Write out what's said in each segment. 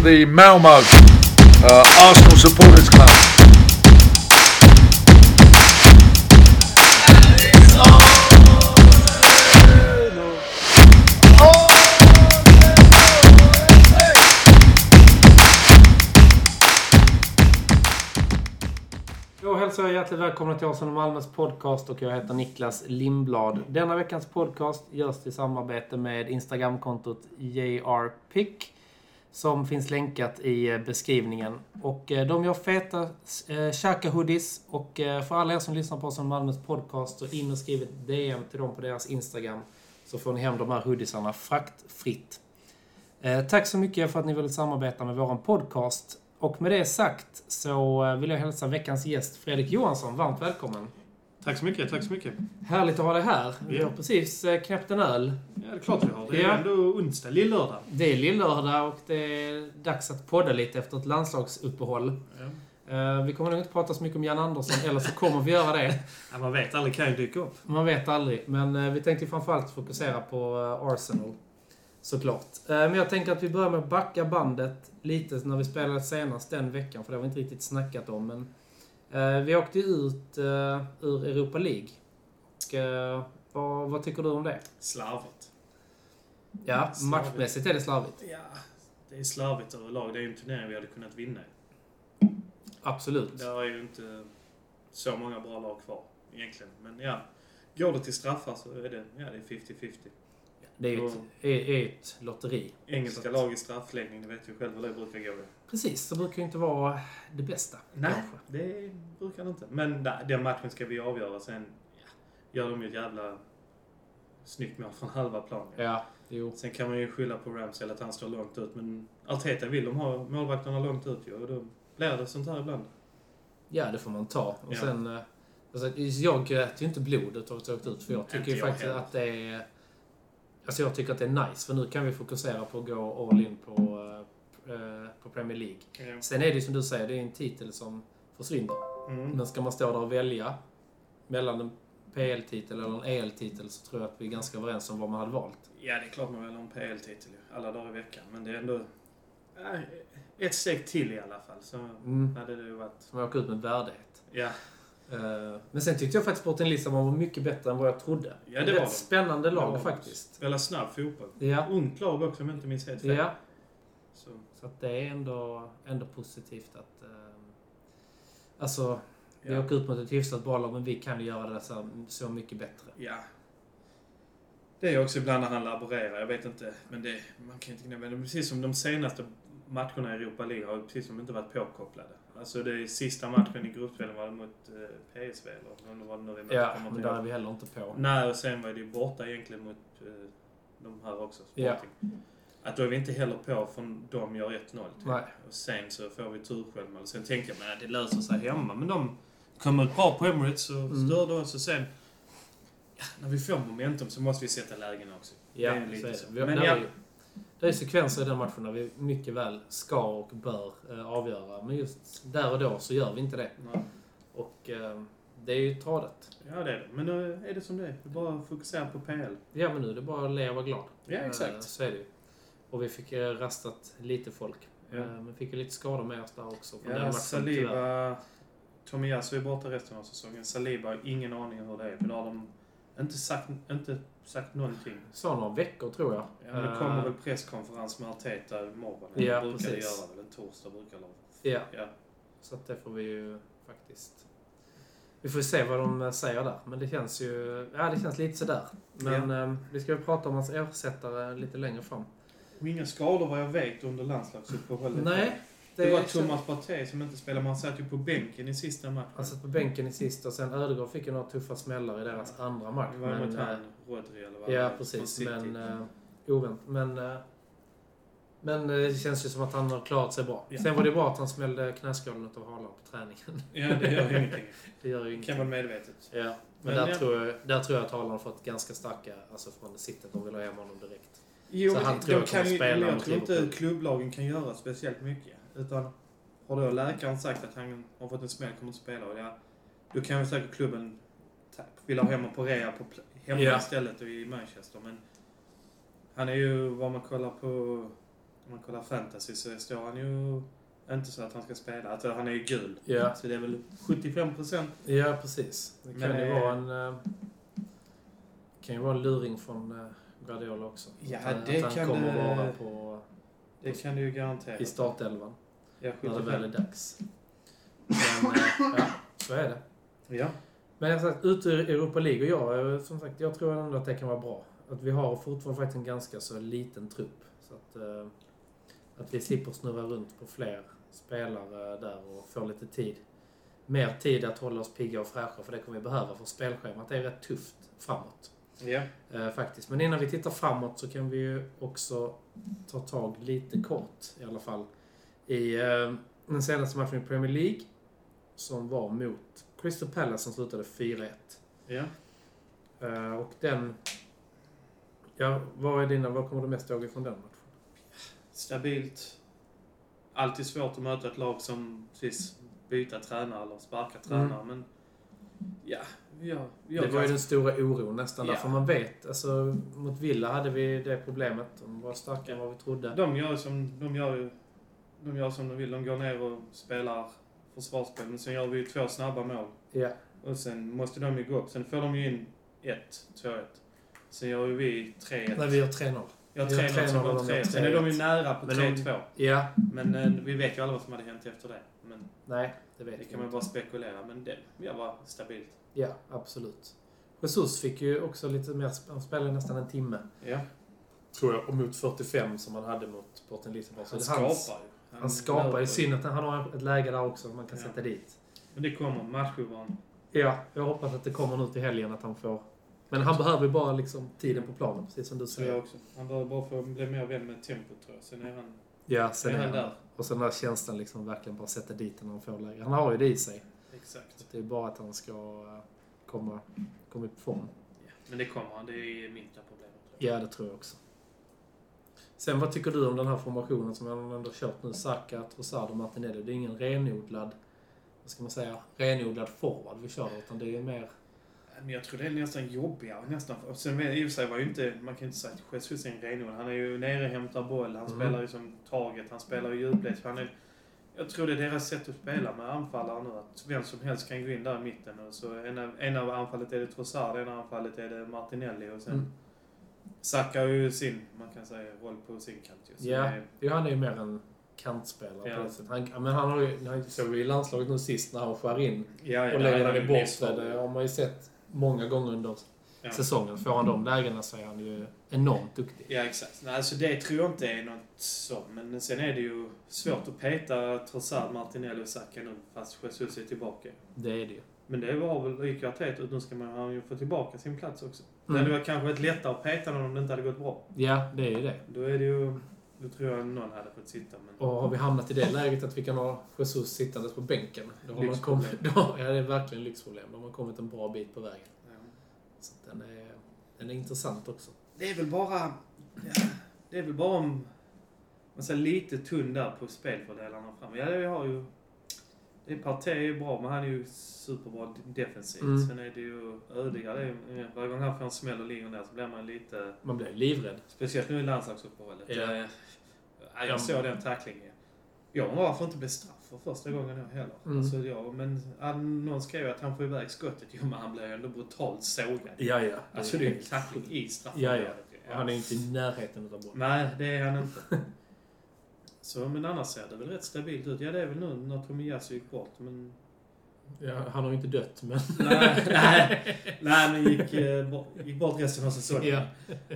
the Malmo Arsenal Supporters Club. Då hälsar jag hjärtligt välkomna till Arsenal Malmös podcast och jag heter Niklas Lindblad. Denna veckans podcast görs i samarbete med Instagramkontot JRPic som finns länkat i beskrivningen. Och de gör feta Xhaka-hoodies och för alla er som lyssnar på Arsenal Malmös podcast så in och skriv ett DM till dem på deras Instagram så får ni hem de här hoodiesarna fraktfritt. Tack så mycket för att ni vill samarbeta med våran podcast. Och med det sagt så vill jag hälsa veckans gäst Fredrik Johansson. Varmt välkommen. Tack så mycket, tack så mycket. Härligt att ha dig här. Vi har precis knäppt en öl. Ja, det är klart vi har. Det är ändå onsdag, lillördag. Det är lillördag och det är dags att podda lite efter ett landslagsuppehåll. Ja. Vi kommer nog inte prata så mycket om Jan Andersson, eller så kommer vi göra det. Ja, man vet aldrig, kan ju dyka upp. Man vet aldrig, men vi tänkte framförallt fokusera på Arsenal. Såklart. Men jag tänker att vi börjar med att backa bandet lite när vi spelade senast den veckan. För det har vi inte riktigt snackat om. Men vi åkte ut ur Europa League. Och, vad tycker du om det? Slarvigt. Ja, matchmässigt är det slarvigt. Ja, det är slarvigt överlag. Det är ju en turnering vi hade kunnat vinna. Absolut. Det är ju inte så många bra lag kvar egentligen. Men ja, går det till straffar så är det 50-50. Det är ju ett lotteri. Engelska lag i straffläggning, det vet ju själv hur det brukar gå. Precis, det brukar ju inte vara det bästa. Nej, kanske. Det brukar det inte. Men den matchen ska vi avgöra. Sen gör de ju ett jävla snyggt mål från halva planen. Ja, jo. Sen kan man ju skylla på Ramsey att han står långt ut. Men Arteta vill de ha målvakterna långt ut ju. Och då blir det sånt här ibland. Ja, det får man ta. Och sen, alltså, jag grät ju inte blodet av att jag åkt ut. För jag tycker ju faktiskt att det är... Alltså jag tycker att det är nice, för nu kan vi fokusera på att gå all in på Premier League. Ja. Sen är det som du säger, det är en titel som försvinner. Men ska man stå där och välja mellan en PL-titel eller en EL-titel så tror jag att vi är ganska överens om vad man hade valt. Ja, det är klart man väljer en PL-titel alla dagar i veckan. Men det är ändå ett steg till i alla fall. Så hade det ju varit... Som jag åker ut med värdighet. Ja. Men sen tyckte jag faktiskt att Sporting Lissabon var mycket bättre än vad jag trodde. Ja, det var ett spännande lag faktiskt. Spela snabb fotboll. Ja. Ungt lag också om jag inte minns helt fel. Ja. Så att det är ändå positivt att... Alltså, vi åker ut mot ett hyfsat bra lag, men vi kan ju göra det så mycket bättre. Ja. Det är också ibland när han laborerar, jag vet inte. Men man kan inte gnälla. Precis som de senaste matcherna i Europa League har precis som inte varit påkopplade. Alltså det är sista matchen i gruppspelen var det mot PSV eller var det nu vi ja, men där är vi heller inte på. Nej, och sen var det ju borta egentligen mot de här också, Sporting. Ja. Att då är vi inte heller på från de gör 1-0 till. Nej. Och sen så får vi tursjälvmål. Sen tänkte jag, men det löser sig hemma. Men de kom ut bra på Emirates och störde oss. Och sen, när vi får momentum så måste vi sätta lägen också. Ja, det är lite så. Men det är sekvenser i den matchen där vi mycket väl ska och bör avgöra. Men just där och då så gör vi inte det. Nej. Och det är ju tradigt. Ja, det är det. Men nu är det som det är. Vi bara fokusera på PL. Ja, men nu är det bara att le och vara glad. Ja, exakt. Så är det ju. Och vi fick rastat lite folk. Ja. Men fick ju lite skador med oss där också. Ja, Saliba... Tomiyasu är borta resten av säsongen. Saliba har ingen aning om hur det är. För då har de inte sagt någonting. Så några veckor tror jag. Ja, men det kommer väl presskonferens med Arteta imorgon. Ja, brukar precis. Det göra väl en torsdag brukar de. Ja. Så att det får vi ju faktiskt... Vi får se vad de säger där. Men det känns ju... Ja, det känns lite sådär. Men vi ska ju prata om hans ersättare lite längre fram. Och inga skador vad jag vet under landslagsuppehållet. Nej. Det var Thomas Partey som inte spelade. Man satt ju på bänken i sista matchen. Han satt på bänken i sista. Och sen Ödegaard fick ju några tuffa smällar i deras andra match. Det var mot han, Rodri eller vad. Ja, precis. Men ovänt. Men det känns ju som att han har klarat sig bra. Ja. Sen var det bra att han smällde knäskålen av Haaland på träningen. Ja, det gör ju ingenting. Det gör ju ingenting. Kan vara medvetet. Ja. Men där tror jag att Haaland har fått ganska starka, alltså från sittet, de vill ha hem honom direkt. Jo, så han tror jag tror inte klubplagen kan göra speciellt mycket. Utan har då läkaren sagt att han har fått en smäll och kommer att spela. Och då kan vi säkert klubben vill ha hemma på rea hemma istället och i Manchester. Men han är ju, vad man kollar på om man kollar fantasy så står han ju inte så att han ska spela. Att han är ju gul. Ja. Så det är väl 75%. Ja, precis. Det kan ju vara en luring från Guardiola också. Ja, att det han kan kommer vara på... Det kan du ju garantera. I startelvan. Ja, när det väl är dags. Men, ja, så är det. Ja. Men jag har sagt, ut ur Europa League och som sagt, jag tror ändå att det kan vara bra. Att vi har fortfarande faktiskt en ganska så liten trupp. Så att vi slipper snurra runt på fler spelare där och få lite tid. Mer tid att hålla oss pigga och fräscha, för det kommer vi behöva, för spelschemat är rätt tufft framåt. Ja. Faktiskt. Men innan vi tittar framåt så kan vi ju också ta tag lite kort i alla fall i den senaste matchen i Premier League som var mot Crystal Palace som slutade 4-1. Ja. Och den... Ja, vad kommer du mest ihåg från den matchen? Stabilt. Alltid svårt att möta ett lag som precis byta tränare eller sparka tränare, men ja. Det var ju den stora oron nästan, ja. Därför man vet, alltså mot Villa hade vi det problemet. De var starkare än vad vi trodde. De gör som de vill. De går ner och spelar försvarsspel, men sen gör vi ju 2 snabba mål. Ja. Och sen måste de ju gå upp. Sen får de ju in 2-1. Sen gör ju vi 3-1. Nej, vi gör 3-0. Ja, 3-0 som går 3-1. Sen är de ju nära på 3-2. Ja. Men vi vet ju alla vad som hade hänt efter det. Men nej, det vet det kan man bara spekulera. Men det var stabilt. Ja, absolut. Jesus fick ju också lite mer... Han spelade nästan en timme. Ja. Tror jag. Och mot 45 som han hade mot Sporting Lissabon. Han skapar ju. Synd att han har ett läge där också man kan sätta dit. Men det kommer. Matchovan. Ja, jag hoppas att det kommer nu till helgen att han får... Men han behöver ju bara liksom tiden på planen, precis som du säger. Jag också. Han behöver bara få bli mer vän med tempot, tror jag. Sen är han... Ja, sen är han där. Och sen den här känslan liksom verkligen bara sätta dit när han får läge. Han har ju det i sig. Exakt. Det är bara att han ska komma i form. Ja, men det kommer han. Det är minsta problemet. Ja, det tror jag också. Sen, vad tycker du om den här formationen som han ändå kört nu? Saka, Trossard och Martinelli. Det är ingen renodlad forward vi kör, utan det är mer... Men jag tror det är nästan jobbigare. Och sen i och för sig var ju inte... Man kan inte säga att Jesus är en renodlad. Han är ju nere, hämtar boll. Han spelar ju som taget. Han spelar ju djupled. Jag tror det är deras sätt att spela med anfallare nu. Att vem som helst kan gå in där i mitten. Och så en av anfallet är det Trossard. En av anfallet är det Martinelli. Och sen Saka ju sin, man kan säga, roll på sin kant. Ja, han är ju mer en kantspelare. Ja. På det sättet. Men han har ju, såg i landslaget nu sist när han skär in och lägger den i bortre. Det har man ju sett många gånger under säsongen. Får han de lägena så är han ju enormt duktig. Ja, exakt. Nej, alltså det tror jag inte är något sånt. Men sen är det ju svårt att peta Trossard, Martinelli och Saka nu fast Jesus är tillbaka. Det är det ju. Men det var väl i kvarteret och nu ska man ju få tillbaka sin plats också. Det hade varit kanske ett lättare att peta någon om det inte hade gått bra. Ja, det är ju det. Då är det ju... Då tror jag någon hade fått sitta. Men... Och har vi hamnat i det läget att vi kan ha Jesus sittandes på bänken, då har man kommit... Ja, det är verkligen lyxproblem. Då har man kommit en bra bit på vägen. Ja. Så den är intressant också. Det är väl bara... Ja, det är väl bara om... Man säger lite tunn där på spelfördelarna fram. Ja, vi har ju... Det Partey är ju bra, men han är ju superbra defensivt. Sen är det ju Ödegaard. Varje gång han får en smäll och ligger där så blir man lite... Man blir livrädd. Speciellt nu i landslagsuppehållet. Ja. Jag såg den tacklingen. Jag var varför inte bestraff för första gången jag heller. Alltså, men någon skrev att han får iväg skottet. Jo, men han blev ändå brutalt sågad. Ja. Alltså det är en tackling i straffområdet. Ja. Han är inte i närheten av bort. Nej, det är han inte. Så, men annars ser det väl rätt stabilt ut. Ja, det är väl nu när Tomiyasu gick bort, men... Ja, han har ju inte dött, men... nej, men gick bort resten av säsongen. Ja.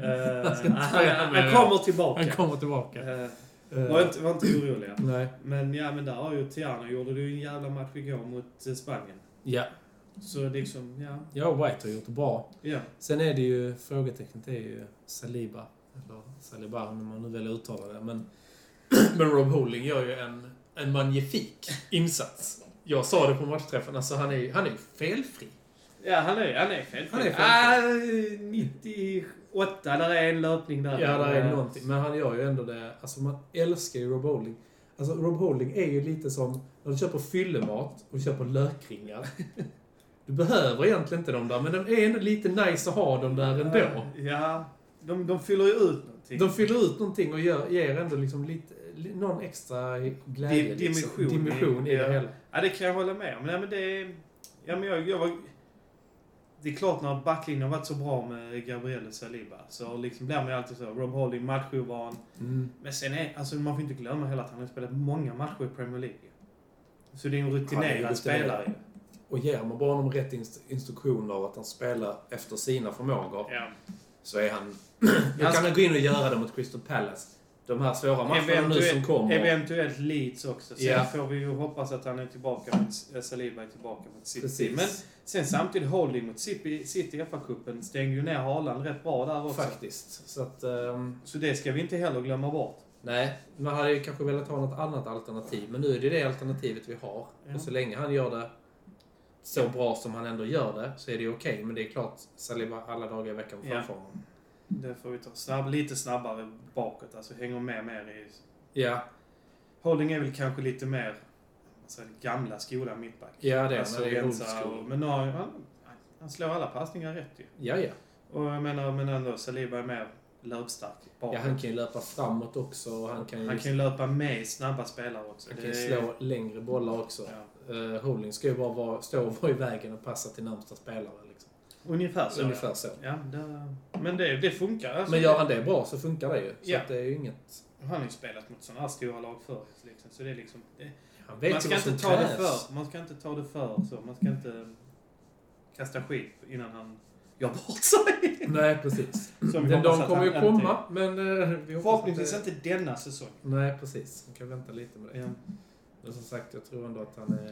Han kommer tillbaka. Var inte oroliga. Nej. Men där har ju Tiana gjorde du en jävla match igår mot Spanien. Ja. Så liksom, ja, White har gjort det bra. Ja. Sen är det ju, frågetecknet är ju Saliba, eller Saliba, om man nu vill uttala det, men Rob Holding gör ju en magnifik insats. Jag sa det på matchträffen, alltså han är felfri. Ja, han är felfri. 98, där är en löpning där. Ja, där är någonting. Men han gör ju ändå det, alltså man älskar ju Rob Holding. Alltså Rob Holding är ju lite som när du köper fyllemat och du köper lökringar. Du behöver egentligen inte dem där, men de är ändå lite nice att ha dem där ändå. Ja, de fyller ju ut någonting. De fyller ut någonting och ger ändå liksom lite, någon extra glädje. Dimension i det hela. Ja, det kan jag hålla med om. Nej, men det är... Ja, men jag var... Det är klart när backlinjen har varit så bra med Gabriel och Saliba så liksom blir man ju alltid så. Rob Holding, matchovan. Men sen alltså man får inte glömma heller att han har spelat många matcher i Premier League. Så det är en rutinerad spelare. Och ger man bara honom rätt instruktioner att han spelar efter sina förmågor så är han... Då kan han gå in och göra det mot Crystal Palace. De här svåra matcherna nu som kommer. Eventuellt Leeds också. Sen får vi ju hoppas att han är tillbaka med Saliba är tillbaka mot City. Precis. Men sen samtidigt Holding mot City i FA-cupen stängde ju ner Haaland rätt bra där också. Faktiskt. Så det ska vi inte heller glömma bort. Nej, man hade ju kanske velat ha något annat alternativ. Men nu är det alternativet vi har. Och så länge han gör det så bra som han ändå gör det så är det okej. Men det är klart Saliba alla dagar i veckan framför honom. Det får vi ta lite snabbare bakåt. Alltså hänger med mer i... Ja. Holding är väl kanske lite mer alltså, gamla skolan mittback. Ja, det är alltså, men han slår alla passningar rätt ju. Ja. Och jag menar, men ändå Saliba är mer löpstark bakåt. Ja, han kan ju löpa framåt också. Och han kan ju löpa med snabba spelare också. Han kan slå längre bollar också. Ja. Holding ska ju bara stå och vara i vägen och passa till närmsta spelare. Liksom. Ungefär så. Ja, men det funkar. Alltså, men gör han det bra så funkar det ju. Så att det är ju inget... Han har ju spelat mot sådana här stora lag förr. Liksom. Så det är liksom... Man ska inte ta det för. Man ska inte ta det för. Så. Man ska inte kasta skit innan han gör bort sig. Nej, precis. De kommer ju komma, men... förhoppningsvis inte denna säsong. Nej, precis. Man kan vänta lite med det. Ja. Men som sagt, jag tror ändå att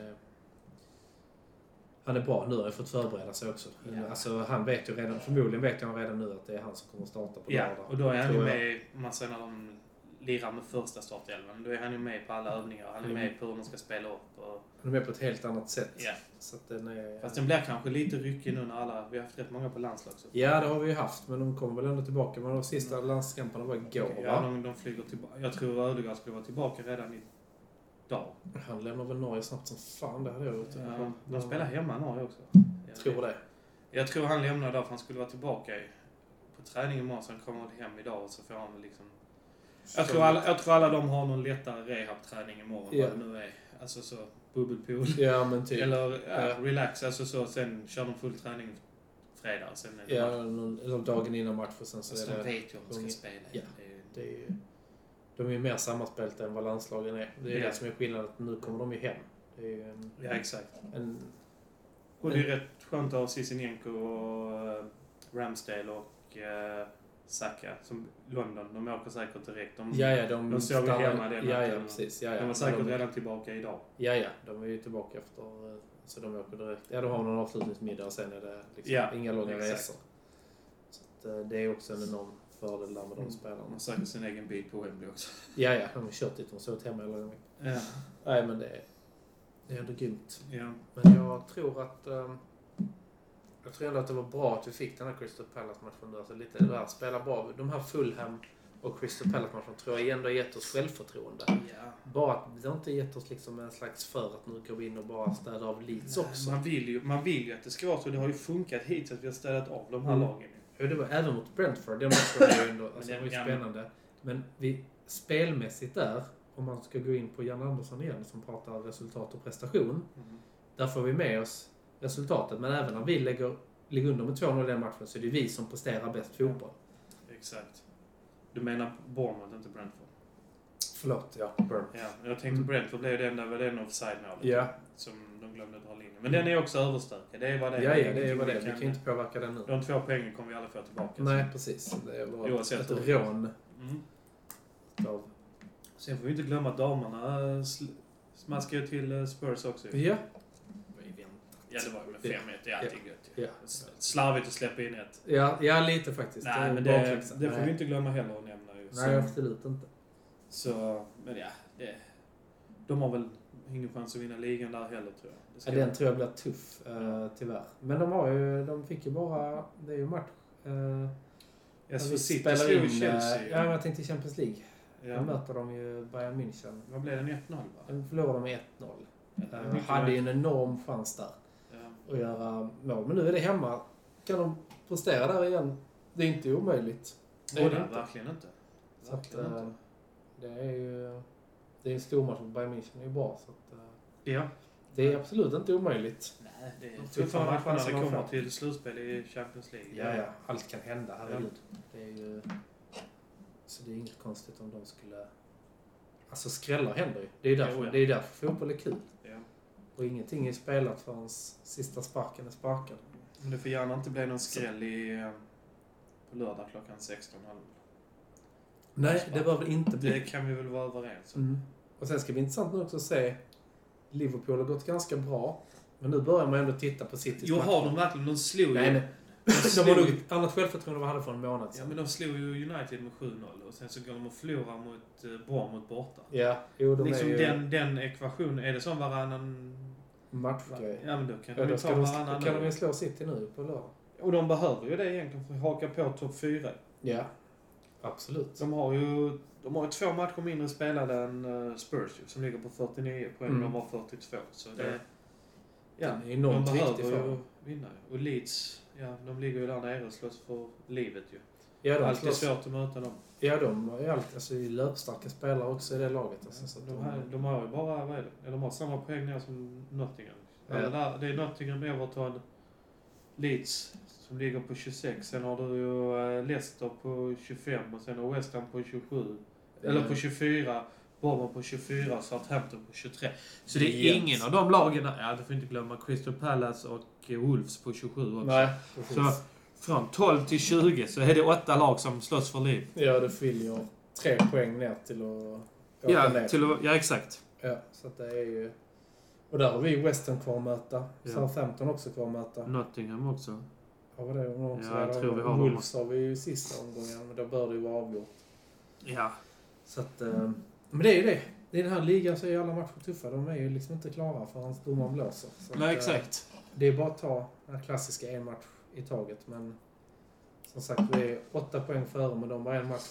han är bra. Nu har jag fått förbereda sig också. Ja. Alltså, förmodligen vet han redan nu att det är han som kommer att starta på lördag. Och då är han ju med, man säger när de lirar med första startelvan, då är han ju med på alla övningar. Han är med på hur de ska spela upp. Och... Han är med på ett helt annat sätt. Ja. Så att den är... Fast den blir kanske lite ryckig nu när vi har haft rätt många på landslag. Så. Ja, det har vi ju haft, men de kommer väl ändå tillbaka. Men de sista landskamperna var igår, ja, de flyger tillbaka. Jag tror Ödegaard skulle vara tillbaka redan idag. Han lämnar väl Norge snabbt som fan, det hade jag gjort. Ja, de spelar hemma Norge också. Jag tror det. Jag tror han lämnar där för han skulle vara tillbaka på träning imorgon, så han kommer hem idag och så får han liksom... Jag tror alla de har någon lättare rehab-träning imorgon. Ja. Vad det nu är. Alltså så, bubbelpool. Ja, men typ. Eller relax, alltså så. Sen kör de full träning fredag. Sen är det eller dagen innan match och sen så alltså, är det... de vet ju om de ska spela. Ja, det är ju... De är ju mer sammanspelta än vad landslagen är. Det är det som är skillnaden, att nu kommer de ju hem. Det är ju exakt. Och det är rätt skönt att ha Cicinenko och Ramsdale och Saka som London. De åker säkert direkt. De såg vi hemma den natten. Precis. De var säkert redan tillbaka idag. Ja, de är ju tillbaka efter... Så de åker direkt. Ja, de har någon avslutningsmiddag och sen är det liksom inga långa resor. Så att, det är också en enorm fördel där med de spelarna. De har säkert sin egen bil på Wembley också. Ja, de har kört dit. De har suttit hemma hela gången. Ja. Nej, men det är ändå grymt. Ja. Men jag tror att... Jag tror ändå att det var bra att vi fick den här Crystal Palace-matchen. Alltså lite det där, spela bra. De här Fulham och Crystal Palace-matchen tror jag ändå gett oss självförtroende. Ja. Bara att det har inte gett oss liksom en slags för att nu går vi in och bara städa av Leeds också. Man vill ju att det ska vara så. Det har ju funkat hit så att vi har städat av de här lagen. Ja, det var även mot Brentford. Den matchen var ju ändå alltså, det var ju spännande. Men spelmässigt där, om man ska gå in på Jan Andersson igen som pratar resultat och prestation. Där får vi med oss resultatet. Men även när vi ligger under med 2-0 i den matchen så är det vi som presterar bäst fotboll. Exakt. Du menar Bournemouth, inte Brentford? Förlåt, ja. Bournemouth. Ja, jag tänkte Brentford blev den offside-målet. Ja. Som de glömde dra linjen. Men den är också överstökad. Det är vad det är. Ja, det är vad det är. Vi kan inte påverka den nu. De 2 poängen kommer vi aldrig få tillbaka. Nej, precis. Det var ett rån. Sen får vi inte glömma att damerna smaskade till Spurs också. Ja. Ja, det var ju med 5-1. Det är alltid gött. Ja. Slarvigt att släppa in ett. Ja, lite faktiskt. Nej, men det får vi inte glömma heller att nämna. Nej, absolut inte. Så, men ja. De har väl ingen chans att vinna ligan där heller, tror jag. Den tror jag blir tuff, tyvärr. Men de fick ju bara... Det är ju match. Så City slog ju Chelsea. Ja, jag tänkte Champions League. Ja. Då möter de ju Bayern München. Vad blev den 1-0, va? De förlorade med 1-0. Hade ju en enorm chans där. Att göra mål. Men nu är det hemma. Kan de prestera där igen? Det är inte omöjligt. Nej, verkligen inte. Så att, det är ju... Det är en stor match mot Bayern München. Det är ju bra. Så att, Ja. det är absolut inte omöjligt. Nej, det är tuffa matcher när det kommer till slutspel i Champions League. Ja. Allt kan hända. Herregud. Det är ju... Så det är inget konstigt om de skulle... Alltså skrällar händer ju. Det är därför fotboll är kul. Ja. Och ingenting är spelat förrän sista sparken är sparkad. Men det får gärna inte bli någon skräll på lördag klockan 16.30. Nej, det bör väl inte bli. Det kan vi väl vara överens om. Mm. Och sen ska vi intressant nu också se Liverpool har gått ganska bra. Men nu börjar man ändå titta på Citys match. Har de verkligen? De slog ju... Nej. De har nog ett annat självförtroende vad de hade för en månad sedan. Ja, men de slog ju United med 7-0 och sen så går de och förlorar mot Bournemouth borta. Ja, jo, de liksom är ju... den ekvationen, är det som varannan... matchgrej. Ja, men då kan Ja, de ta varannan. Kan de ju slå City nu på lördag. Och de behöver ju det egentligen för att haka på topp 4. Ja, absolut. De har ju 2 matcher mindre spelade än Spurs som ligger på 49 poäng. De har 42. Så det... Ja, det är enormt viktigt för dem. Vinna. Och Leeds, de ligger ju där nere och slåss för livet ju. Ja, alltid svårt att möta dem. Ja, de är alltid alltså, löpstarka spelare också i det laget. Alltså, så de har ju bara, vad är det? De har samma poäng ner som Nottingham. Ja. Det är Nottingham, Everton, Leeds som ligger på 26. Sen har du ju Leicester på 25 och sen har West Ham på 27. Eller på 24. Bournemouth på 24 och Southampton på 23. Så det är ingen av de lagen... Ja, du får inte glömma Crystal Palace och Wolves på 27 också. Nej, så från 12 till 20 så är det 8 lag som slåss för liv. Ja, det skiljer 3 poäng ner till att åka ner. Ja, exakt. Ja, så att det är ju... Och där har vi West Ham kvar att möta. Ja. Southampton också kvar att möta. Nottingham också. Ja, vad det är också. Ja, jag tror vi har Wolves har vi ju sista omgången, men då bör det ju vara avgjort. Ja. Så att... Men det är ju det. I den här ligan så är alla matcher tuffa. De är ju liksom inte klara förrän domaren blåser. Nej, exakt. Det är bara att ta den här klassiska en match i taget. Men som sagt, vi är 8 poäng före, men de har en match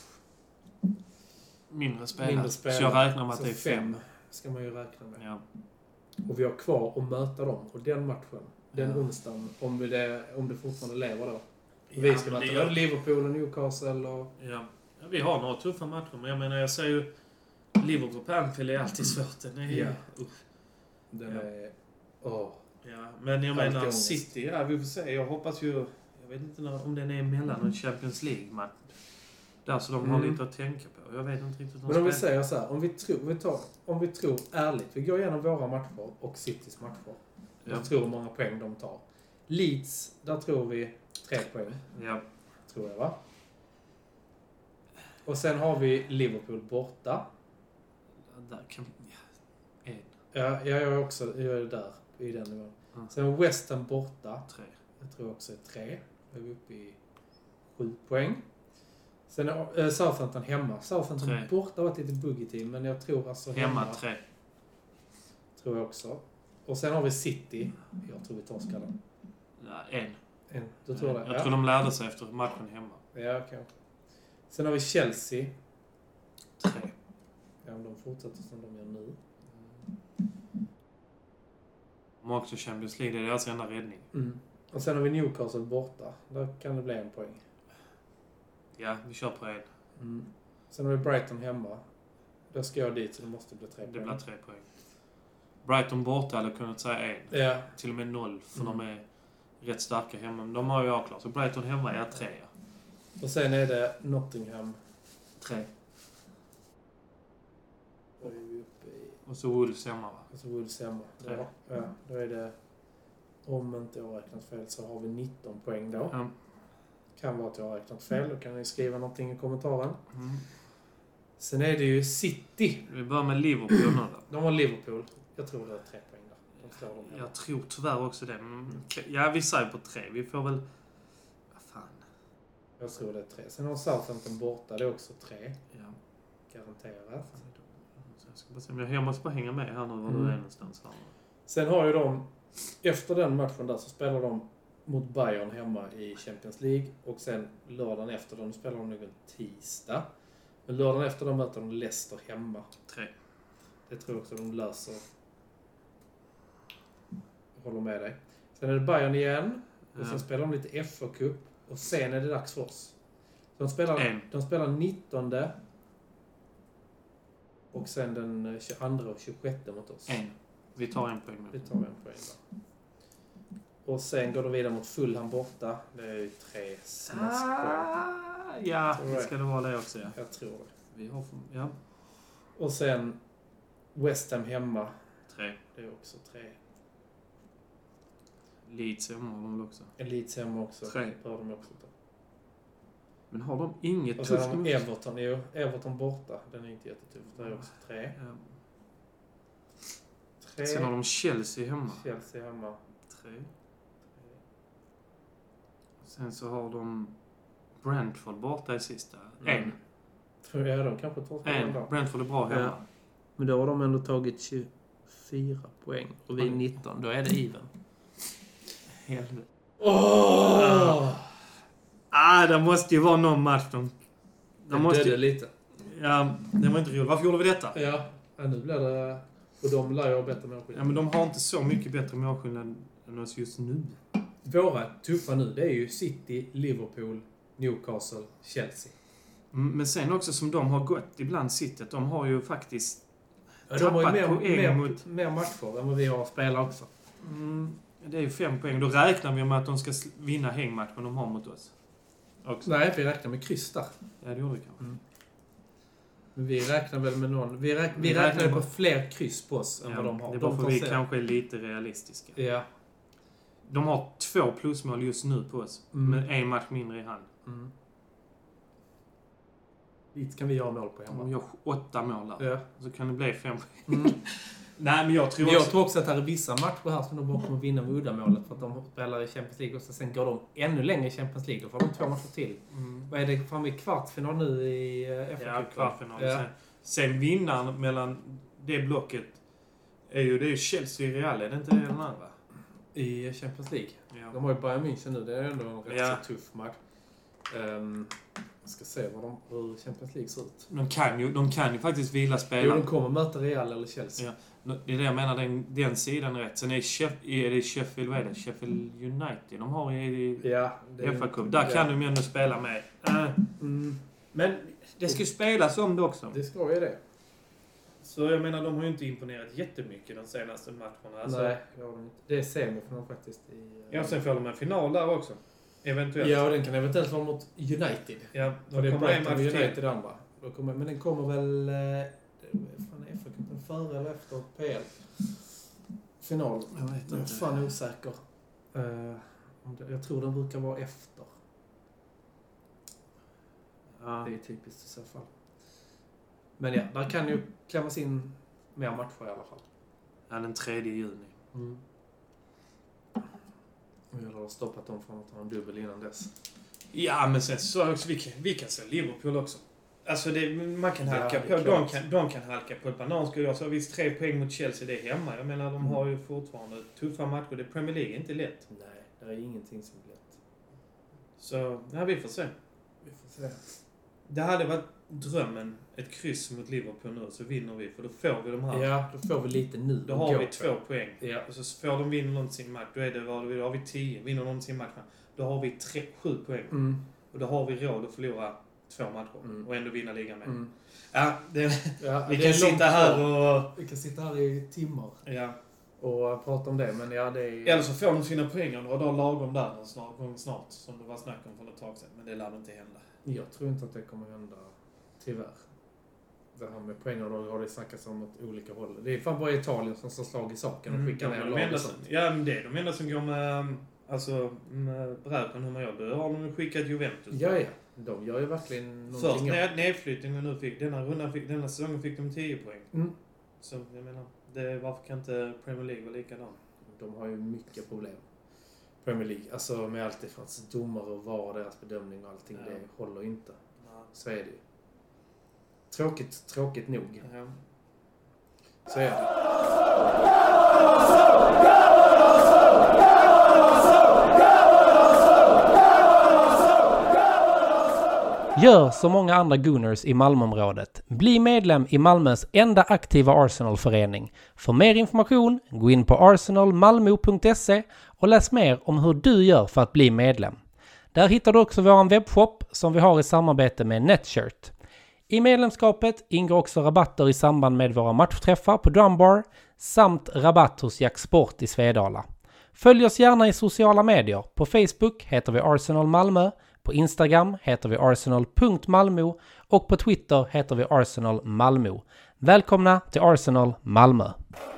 mindre spelat. Så jag räknar med att det är 5. Ska man ju räkna med. Ja. Och vi har kvar att möta dem. Och den matchen, den onsdagen, om det fortfarande lever då. Vi ska möta Liverpool och Newcastle och... Ja, vi har några tuffa matcher. Men jag menar, jag säger ju Liverpool på Anfield är alltid svårt. Den är Den är... Ja, men jag menar City, vi får se. Jag hoppas ju... Jag vet inte om den är mellan en Champions League-match. Där så de har lite att tänka på. Jag vet inte riktigt. Men om vi säger så här, om vi tror ärligt, vi går igenom våra matcher och Citys matcher. Jag tror hur många poäng de tar. Leeds, där tror vi 3 poäng. Ja. Tror jag, va? Och sen har vi Liverpool borta. Där kan... Ja, jag är också där i den nivån. Sen West Ham borta. 3. Jag tror också 3. Då är vi uppe i 7 poäng. Sen Southampton hemma. Southampton 3. borta var ett litet buggy-team, men jag tror alltså hemma 3. Tror jag också. Och sen har vi City. Jag tror vi torskar den. Ja, 1. Du tror det? Jag tror de lärde sig efter matchen hemma. Ja, kanske. Sen har vi Chelsea. 3. Ja, om de fortsätter som de gör nu. De har också Champions League. Det är deras enda räddning. Och sen har vi Newcastle borta. Där kan det bli 1 poäng. Ja, vi kör på 1. Sen har vi Brighton hemma. Då ska jag dit så det måste bli 3 poäng. Det blir 3 poäng. Brighton borta hade kunnat säga 1. Ja. Till och med 0. För de är rätt starka hemma. Men de har ju avklarat. Så Brighton hemma är 3. Och sen är det Nottingham 3. Då är vi uppe i... Och så Wolves hemma, va? Och så Wolves hemma. Ja, då är det... Om inte jag har räknat fel så har vi 19 poäng då. Ja. Kan vara att jag har räknat fel. Då kan ni skriva någonting i kommentaren. Sen är det ju City. Vi börjar med Liverpool nu då. De har Liverpool. Jag tror det är 3 poäng där. Jag tror tyvärr också det. Ja, vi säger på 3. Vi får väl... Vad fan. Jag tror det är 3. Sen har Southampton borta. Det är också 3. Ja. Garanterat. Jag måste bara hänga med här nu var du är någonstans här. Sen har ju de... Efter den matchen där så spelar de mot Bayern hemma i Champions League. Och sen lördagen efter de spelar de någon tisdag. Men lördagen efter de möter de Leicester hemma. 3. Det tror jag också de löser. Jag håller med dig. Sen är det Bayern igen. Och sen spelar de lite FA-cup. Och sen är det dags för oss. De spelar 19 Och sen den 22 och 26 mot oss. Vi tar en poäng. Vi tar en poäng där. Och sen går det vidare mot Fulham borta. Det är ju 3 smaskpoäng. Ja, det ska det vara det också. Ja. Jag tror det. Vi har ja. Och sen West Ham hemma. 3. Det är också 3. Leeds hemma har de också. Leeds hemma också. 3. Bör de också ta. Men har de inget och tufft? Och sen Everton. Jo, Everton borta. Den är inte jättetuff. Det är också 3. 3. Sen har de Chelsea hemma. Chelsea hemma. 3. Sen så har de Brentford borta i sista. 1. Tror jag de kanske tar 1. Brentford är bra hemma. Ja. Men då har de ändå tagit 24 poäng. Och vi är 19. Då är det even. Helvete. Det måste ju vara någon match. De måste ju lite. Ja, det var inte roligt. Varför gjorde vi detta? Ja, nu blir det... Och de lär ju ha bättre målskillnad. Ja, men de har inte så mycket bättre målskillnad än oss just nu. Våra tuffa nu, det är ju City, Liverpool, Newcastle, Chelsea. Men sen också som de har gått ibland City, att de har ju faktiskt de har ju mer matcher än vad vi har spelat också. Det är ju 5 poäng. Då räknar vi med att de ska vinna hängmatchen de har mot oss. Också. Nej, vi räknar med kryss där. Ja, det gjorde vi kanske. Men vi räknar väl med någon... Vi räknar på fler kryss på oss än vad de har. Det är bara för vi kanske är lite realistiska. Ja. De har 2 plusmål just nu på oss. Med 1 match mindre i hand. Lite kan vi göra mål på hemma. De gör 8 mål där. Ja. Så kan det bli 5. Nej, men jag tror också att det är vissa matcher här som de bara kommer vinna med uddamålet för att de spelar i Champions League och sen går de ännu längre i Champions League. Då får de 2 matcher till. Vad är det framme i kvartfinal nu i FA-cupen? Ja, kvartfinal. Ja. Sen vinnaren mellan det blocket det är ju Chelsea i Real. Är det inte det den andra? I Champions League? Ja. De har ju Bayern München nu. Det är ändå en rätt så tuff match. Jag ska se hur Champions League ser ut. De kan ju faktiskt vila spelare. Jo, de kommer möta Real eller Chelsea. Ja. Det är det jag menar, den sidan är rätt. Sen är det Sheffield, vad är det? Sheffield United de har i FA-cup. Där kan de ju ändå spela med. Men det ska ju spelas om det också. Det ska ju det. Så jag menar, de har ju inte imponerat jättemycket de senaste matcherna. Alltså. Nej, det är semifinal faktiskt. Ja, sen får de en final där också. Eventuellt. Ja, och den kan eventuellt vara mot United. Ja, och det är Brighton och United andra. Men den kommer väl... Fan, är FA-cupen före eller efter PL? Final. Jag vet inte. Jag är fan osäker. Jag tror den brukar vara efter. Ja. Det är typiskt i så fall. Men ja, där kan ju klämmas in mer matcher i alla fall. Ja, den 3 juni. Vi har stoppat dem från att ha en dubbel innan dess. Ja, men sen så också, vi kan se Liverpool också. Alltså, man kan halka på. De kan halka på ett bananskal. Jag sa visst 3 poäng mot Chelsea, det är hemma. Jag menar, de har ju fortfarande tuffa matcher. Det Premier League är inte lätt. Nej, det är ingenting som är lätt. Så, ja, vi får se. Det hade varit drömmen, ett kryss mot Liverpool nu, så vinner vi. För då får vi de här. Ja, då får vi lite nu. Då har vi 2 poäng. Ja. Och så får de vinna någon sin match. Då har vi 10. Vinner någon sin match. Då har vi 7 poäng. Och då har vi råd att förlora 2 matcher. Och ändå vinna ligan med. Ja, vi kan sitta här och... Vi kan sitta här i timmar. Ja. Och prata om det, men ja, det är... Eller så får de sina poäng och då lagom där snart, som det var snack om för ett tag sedan. Men det lär inte hända. Jag tror inte att det kommer hända, tyvärr. Det här med poäng och då har det snackats om åt olika håll. Det är fan bara Italien som står slag i saken och skickar ner lag och sånt. Ja, men det är de enda som går med bräken hur man gör. Då har de skickat Juventus. Ja. De gör ju verkligen någonting. Först nedflyttningen nu denna säsongen fick de 10 poäng. Så jag menar, varför kan inte Premier League vara likadan? De har ju mycket problem. Premier League, alltså med allt ifrån domare och VAR, deras bedömning och allting, det håller inte. Så är det ju. Tråkigt nog. Ja. Så är det. Gör som många andra Gunners i Malmöområdet. Bli medlem i Malmös enda aktiva Arsenal-förening. För mer information, gå in på arsenalmalmo.se och läs mer om hur du gör för att bli medlem. Där hittar du också vår webbshop som vi har i samarbete med Netshirt. I medlemskapet ingår också rabatter i samband med våra matchträffar på Drumbar samt rabatt hos Jack Sport i Svedala. Följ oss gärna i sociala medier. På Facebook heter vi Arsenal Malmö, på Instagram heter vi arsenal.malmo och på Twitter heter vi Arsenal Malmö. Välkomna till Arsenal Malmö!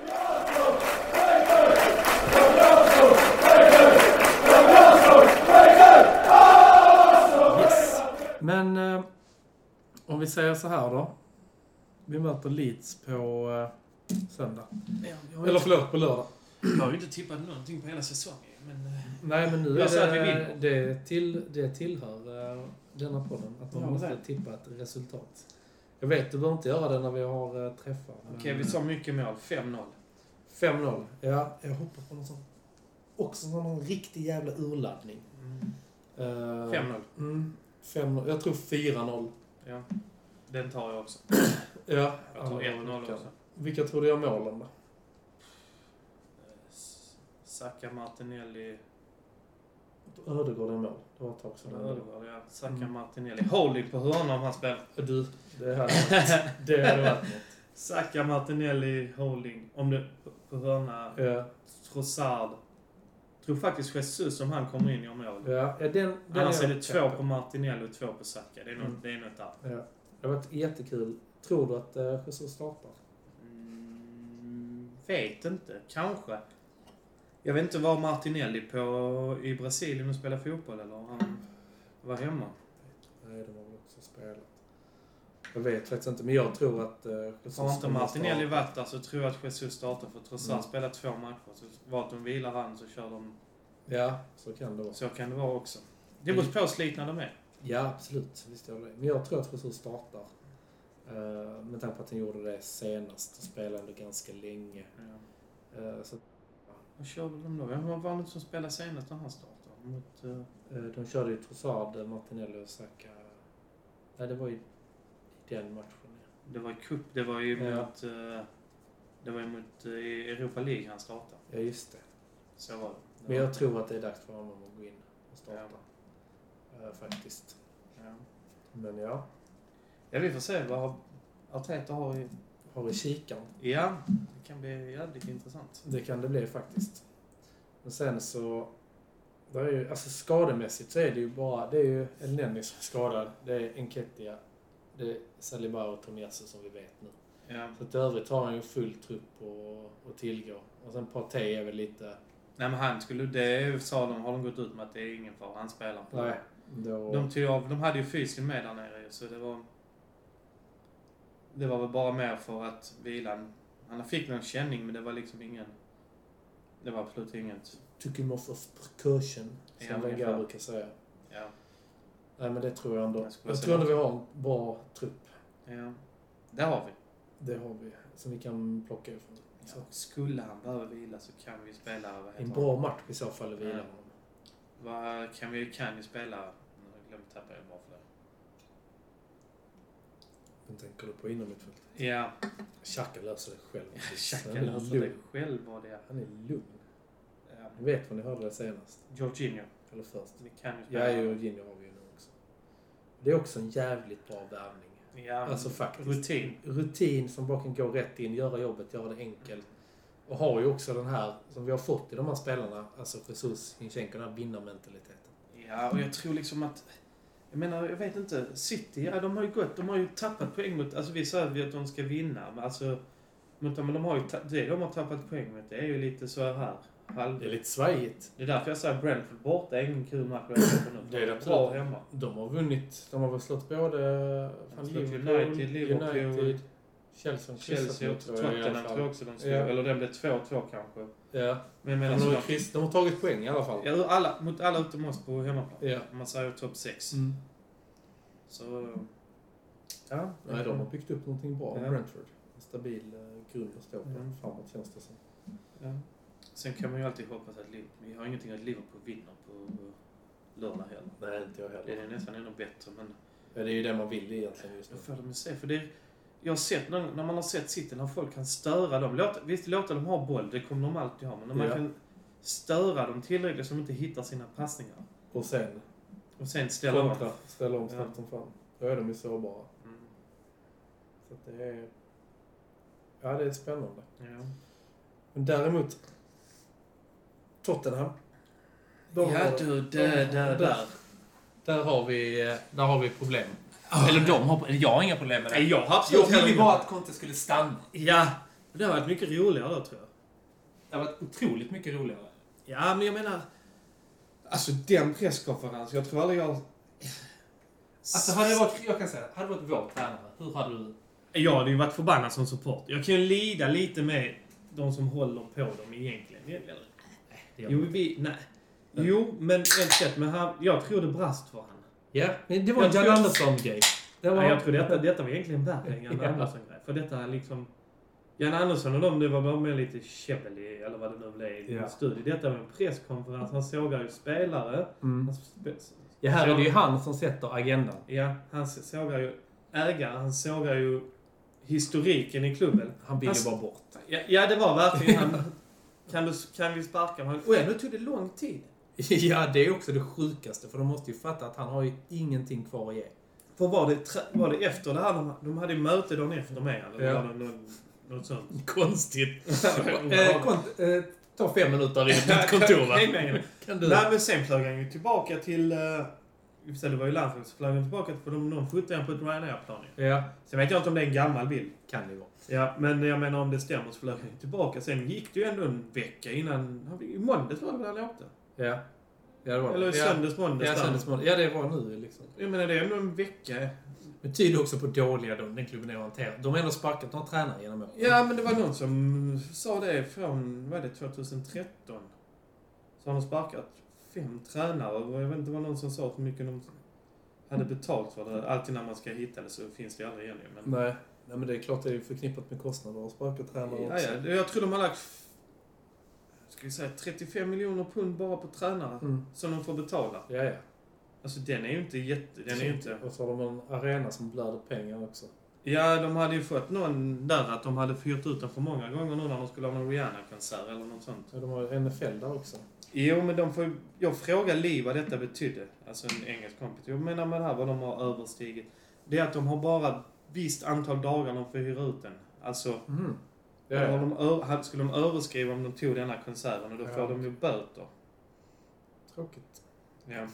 Yes. Men om vi säger så här då. Vi möter Leeds på söndag. Eller förlåt, på lördag. Jag har ju inte tippat någonting på hela säsongen. Men, nej, men nu jag är att vi vinner. det tillhör denna podden att man måste tippa ett resultat. Jag vet, du behöver inte göra det när vi har träffar. Okej, vi sa mycket mål. 5-0. 5-0. Ja, jag hoppas på någon sån. Också någon riktig jävla urladdning. 5-0. 5-0. Jag tror 4-0. Ja, den tar jag också. Ja. Jag tar 1-0 också. Vilka tror du gör målen då? Saka, Martinelli. Ödegård är mål. Det var ett tag sedan. Ödegård, ja. Saka, Martinelli. Holding på hörna om han spelar. Du, det hade varit något. Saka, Martinelli, Holding. Om det på hörna. Ja. Trossard. Tror faktiskt Jesus om han kommer in i mål. Ja, den annars är det 2 på Martinelli och 2 på Saka. Det är något där. Ja. Det har varit jättekul. Tror du att Jesus startar? Vet inte. Kanske. Jag vet inte var Martinelli på i Brasilien och spelar fotboll eller han var hemma. Nej, de har väl också spelat. Jag vet faktiskt inte, men jag tror att Jesus har inte Martinelli varit där så tror jag att Jesus startar för Trossard spelar 2 matcher. Så vart de vilar han så kör de. Ja, så kan det vara. Så kan det vara också. Det beror på slitna de är. Ja, absolut. Visst gör det. Men jag tror att Jesus startar. Med tanke på att han gjorde det senast och spelade ändå ganska länge. Ja. Så vad körde de då? Vem var det som spelade senast när han startade? Mot, de körde ju Trossard, Martinelli och Saka. Nej, det var ju den matchen. Det var i cup. Det var ju mot... det var ju mot Europa League han startade. Ja, just det. Så var det. Men jag tror att det är dags för honom att gå in och starta. Faktiskt. Ja. Men ja. Ja, vi får se vad Arteta har i kikaren. Ja, det kan bli jävligt intressant. Det kan det bli faktiskt. Men sen så det är ju, alltså skademässigt så är det ju bara, det är ju El Neni som är skadad, det är Enketia, det är Saliba och Tomiasu som vi vet nu. Ja. Så att övrigt har han ju full trupp och tillgå. Och sen Partey är väl lite... Nej, men han skulle, det sa de, har de gått ut med att det är ingen fara, han spelar på. Nej. Då... De hade ju fysen med där nere så det var väl bara mer för att vila. Han fick någon känning men det var liksom det var absolut inget. Took him off precaution, som Wenger brukar säga. Ja. Nej, men det tror jag ändå. Jag tror ändå vi har en bra trupp. Ja, det har vi. Det har vi, som vi kan plocka ifrån. Ja, skulle han behöva vila så kan vi spela... En bra match i så fall vila honom. Kan vi spela... Jag glömde tappa det bara för det. Men tänker du på inom mittfältet? Ja. Xhaka löser det själv. Xhaka löser det själv var det. Han är lugn. Ja. Ni vet vad ni hörde det senast. Jorginho. Eller först. Vi kan ju spela. Ja, Jorginho har vi ju nu också. Det är också en jävligt bra värvning. Ja, alltså faktiskt. Rutin som bara kan gå rätt in, göra jobbet, göra det enkelt. Och har ju också den här, som vi har fått i de här spelarna, alltså Jesus, Zinchenko, den här vinnarmentaliteten. Ja, och jag tror liksom att, jag menar, jag vet inte, City, ja, de har ju tappat poäng mot, alltså vi sa att de ska vinna, men alltså, men de har ju tappat poäng mot, det är ju lite så här. Det är lite svajigt. Det är därför jag säger Brentford borta är ingen kul match. Det är bra hemma. De har vunnit. De har väl slått både United, Chelsea och Tottenham tror jag också de slog. Eller den blev 2-2 kanske. Ja. Men de har tagit poäng i alla fall. Ja, mot alla utom oss på hemmaplan. Ja. Om man säger topp 6. Så... Ja. Nej, de har byggt upp någonting bra. Ja. Brentford. En stabil grund att stå på. Framåt känns det som. Ja. Sen kan man ju alltid hoppas att vi har ingenting att Liverpool vinner på lördag heller. Nej, inte jag heller. Det är nästan ännu bättre, men... Ja, det är ju det man vill egentligen just nu. Får de se, för det... Jag har sett, när man har sett City, när folk kan störa dem. Låta dem ha boll, det kommer de alltid ha. Men när man kan störa dem tillräckligt så de inte hittar sina passningar. Och sen ställa om snabbt som fan. Då är de ju sårbara. Så att det är... Ja, det är spännande. Ja. Men däremot... Tottenham. Där har vi problem. Eller jag har inga problem med det. Nej, jag har absolut Jag ville bara att Conte skulle stanna. Ja, det har varit mycket roligare då, tror jag. Det har varit otroligt mycket roligare. Ja, men jag menar... Alltså, den presskonferensen, jag tror aldrig jag... Alltså, hade det varit vår tränare, hur hade du... Jag hade ju varit förbannad som support. Jag kan ju lida lite med de som håller på dem egentligen. Jo, men ett sätt. Men jag tror det brast för han. Ja, men det var en Jan Andersson-grej. Jag tror detta var egentligen värre än Jan Andersson-grej. För detta liksom... Jan Andersson och de, det var bara med lite käbbel i, eller vad det nu blev i studion. Detta var en presskonferens. Han sågar ju spelare. Ja, här är det ju han som sätter agendan. Ja, han sågar ju ägare. Han sågar ju historiken i klubben. Han vill ju bara bort. Ja, det var verkligen han. Kan vi sparka honom? Och ändå tog det lång tid. Ja, det är också det sjukaste. För de måste ju fatta att han har ju ingenting kvar att ge. För var det efter det här? De hade ju möte dagen efter med han. Eller var det något sånt? Konstigt. Ta 5 minuter i ett kontor, va? Nej, men sen flög han ju tillbaka till... det var ju landslaget, så flög han tillbaka för någon fotade på ett Ryanair-plan. Ja. Sen vet jag inte om det är en gammal bild. Kan det vara. Ja, men jag menar om det stämmer så flög han tillbaka. Sen gick det ju ändå en vecka innan... I måndags var det väl han åkte? Ja. Ja, det var det. Eller söndagsmåndag. Ja, söndagsmåndag. Ja, det var nu liksom. Jag menar, det är ändå en vecka. Det tyder också på dåliga den klubben är hanterad. De har ändå sparkat några tränare genom året. Ja, men det var någon som sa det från, vad är det, 2013. Så har de sparkat 5 tränare. Och jag vet inte vad någon som sa hur mycket de hade betalt för det. Alltid när man ska hitta det så finns det aldrig igen. Men... Nej, men det är klart det är förknippat med kostnader att sparka tränare också. Ja, jag tror de har lagt... Ska vi säga 35 miljoner pund bara på tränare som de får betala. Ja. Alltså den är ju inte den är ju inte... Och så har de en arena som blöder pengar också. Ja, de hade ju fått någon där att de hade fyrt ut den för många gånger nu när de skulle ha någon Rihanna-konsert eller något sånt. Ja, de har ju NFL där också. Jo, men de får... Jag frågar Liv vad detta betydde. Alltså en engelsk kompis. Jag menar med det här vad de har överstigit. Det är att de har bara visst antal dagar de får hyra ut den. Alltså... Skulle de överskriva om de tog denna konserten och då får de ju böter. Tråkigt. Ja.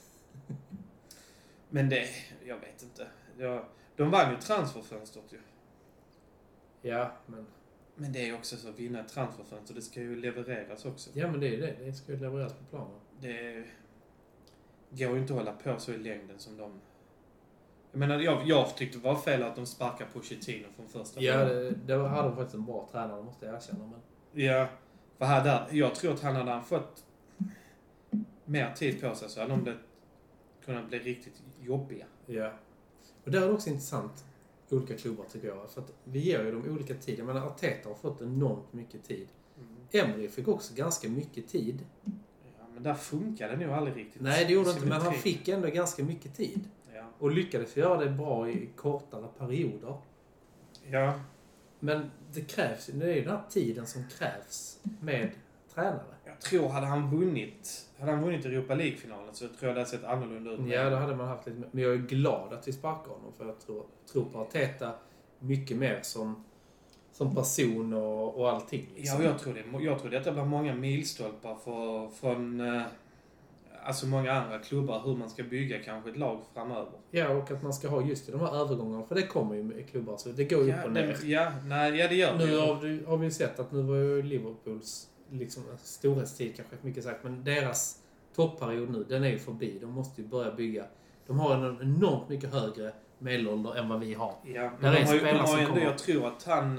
Men det, jag vet inte. De vann ju transferfönstret ju. Ja, men det är också så att vinna ett transferfönster, det ska ju levereras också. Ja, men det är det. Det ska ju levereras på planen. Det går ju inte att hålla på så i längden som de... Jag menar, jag tyckte det var fel att de sparkade Pochettino från första. Ja, det hade de faktiskt en bra tränare, måste jag erkänna. Men... Ja, för jag tror att han hade fått mer tid på sig så hade de kunnat bli riktigt jobbiga. Ja. Och det är också intressant, olika klubbar tycker jag. För att vi ger ju dem olika tid. Jag menar, Arteta har fått enormt mycket tid. Emery fick också ganska mycket tid. Ja, men där funkade det nog aldrig riktigt. Nej, det gjorde inte, men han fick ändå ganska mycket tid. Ja. Och lyckades göra det bra i kortare perioder. Ja. Men det krävs, det är ju den här tiden som krävs med tränare. Jag tror, hade han vunnit Europa League-finalen så tror jag det hade sett annorlunda ut. Ja, då hade man haft lite... Men jag är glad att vi sparkar honom, för jag tror på Arteta mycket mer som person och allting. Liksom. Ja, jag tror detta blir många milstolpar från alltså många andra klubbar hur man ska bygga kanske ett lag framöver. Ja, och att man ska ha just de här övergångarna, för det kommer ju med klubbar, så det går ju upp och ner. Det gör det. Nu har vi sett att nu var ju Liverpools liksom storhetstid kanske mycket sagt, men deras topperiod nu, den är ju förbi. De måste ju börja bygga. De har en enormt mycket högre medelålder än vad vi har. Ja, men de har ändå, jag tror att han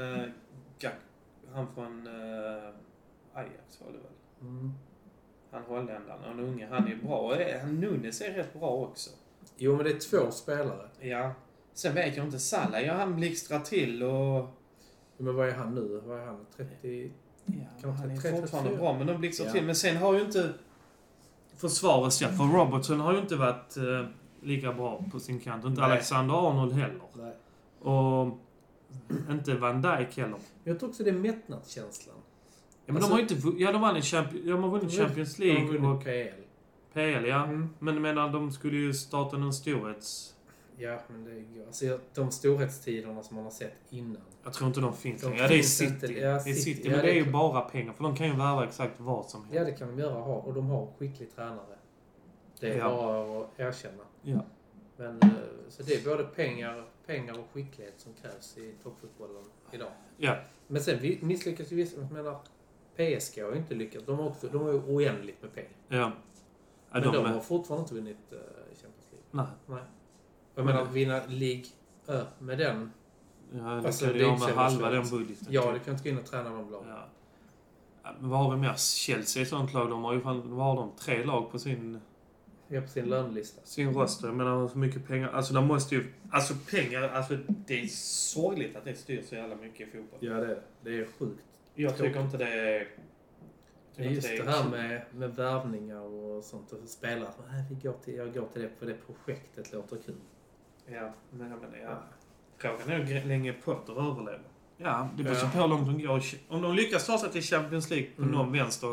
från Ajax var det väl. Han holländaren, en unge, han är bra. Nunes är rätt bra också. Jo, men det är 2 spelare. Ja. Sen vet jag inte, Salah, han blixtrar till och... Men vad är han nu? Vad är han? 30... Ja, han är fortfarande bra, men de blixtrar till. Men sen har ju inte försvarets för Robertson har ju inte varit lika bra på sin kant. Inte Alexander Arnold heller. Nej. Och inte Van Dijk heller. Jag tror också det är mättnadskänslan. Ja, men de har ju inte... Ja, de har vunnit Champions League och PL. PL, ja. Men menar, de skulle ju starta en storhets... Ja, men det går. Alltså, de storhetstiderna som man har sett innan. Jag tror inte de finns. De Ja, det är finns City. inte. Det Ja, är City. City, Ja, men det är ju klart. bara pengar. För de kan ju värva exakt vad som helst. Ja, det kan de göra. Och de har skicklig tränare. Det är bara att erkänna. Ja. Men, så det är både pengar och skicklighet som krävs i toppfotbollen idag. Ja. Men sen misslyckas ju vissa. Jag menar, PSG har ju inte lyckats. De har ju oändligt med pengar. Ja. Men de har fortfarande inte vunnit Champions League. Nej. Jag menar, vinna League med den. Ja, det Alltså, kan det du är göra inte med så halva svårt. den budgeten. Ja, du kan inte gå in och träna någon lag. Ja. Men vad har vi mer? Chelsea är ett sånt lag. De har ju vad har de? 3 lag på sin lönelista. Sin roster. Jag menar, så mycket pengar. Alltså, de måste ju... Alltså, pengar... Alltså, det är sorgligt att det styr så jävla mycket i fotboll. Ja, det är sjukt. Jag tycker inte det är... Det är just det här med värvningar och sånt. Och spelare. Jag går till det för det projektet låter kul. Ja, men ja. Frågan är hur länge Potter överlever. Ja, det beror på hur långt de går. Om de lyckas ta sig till Champions League på någon vänster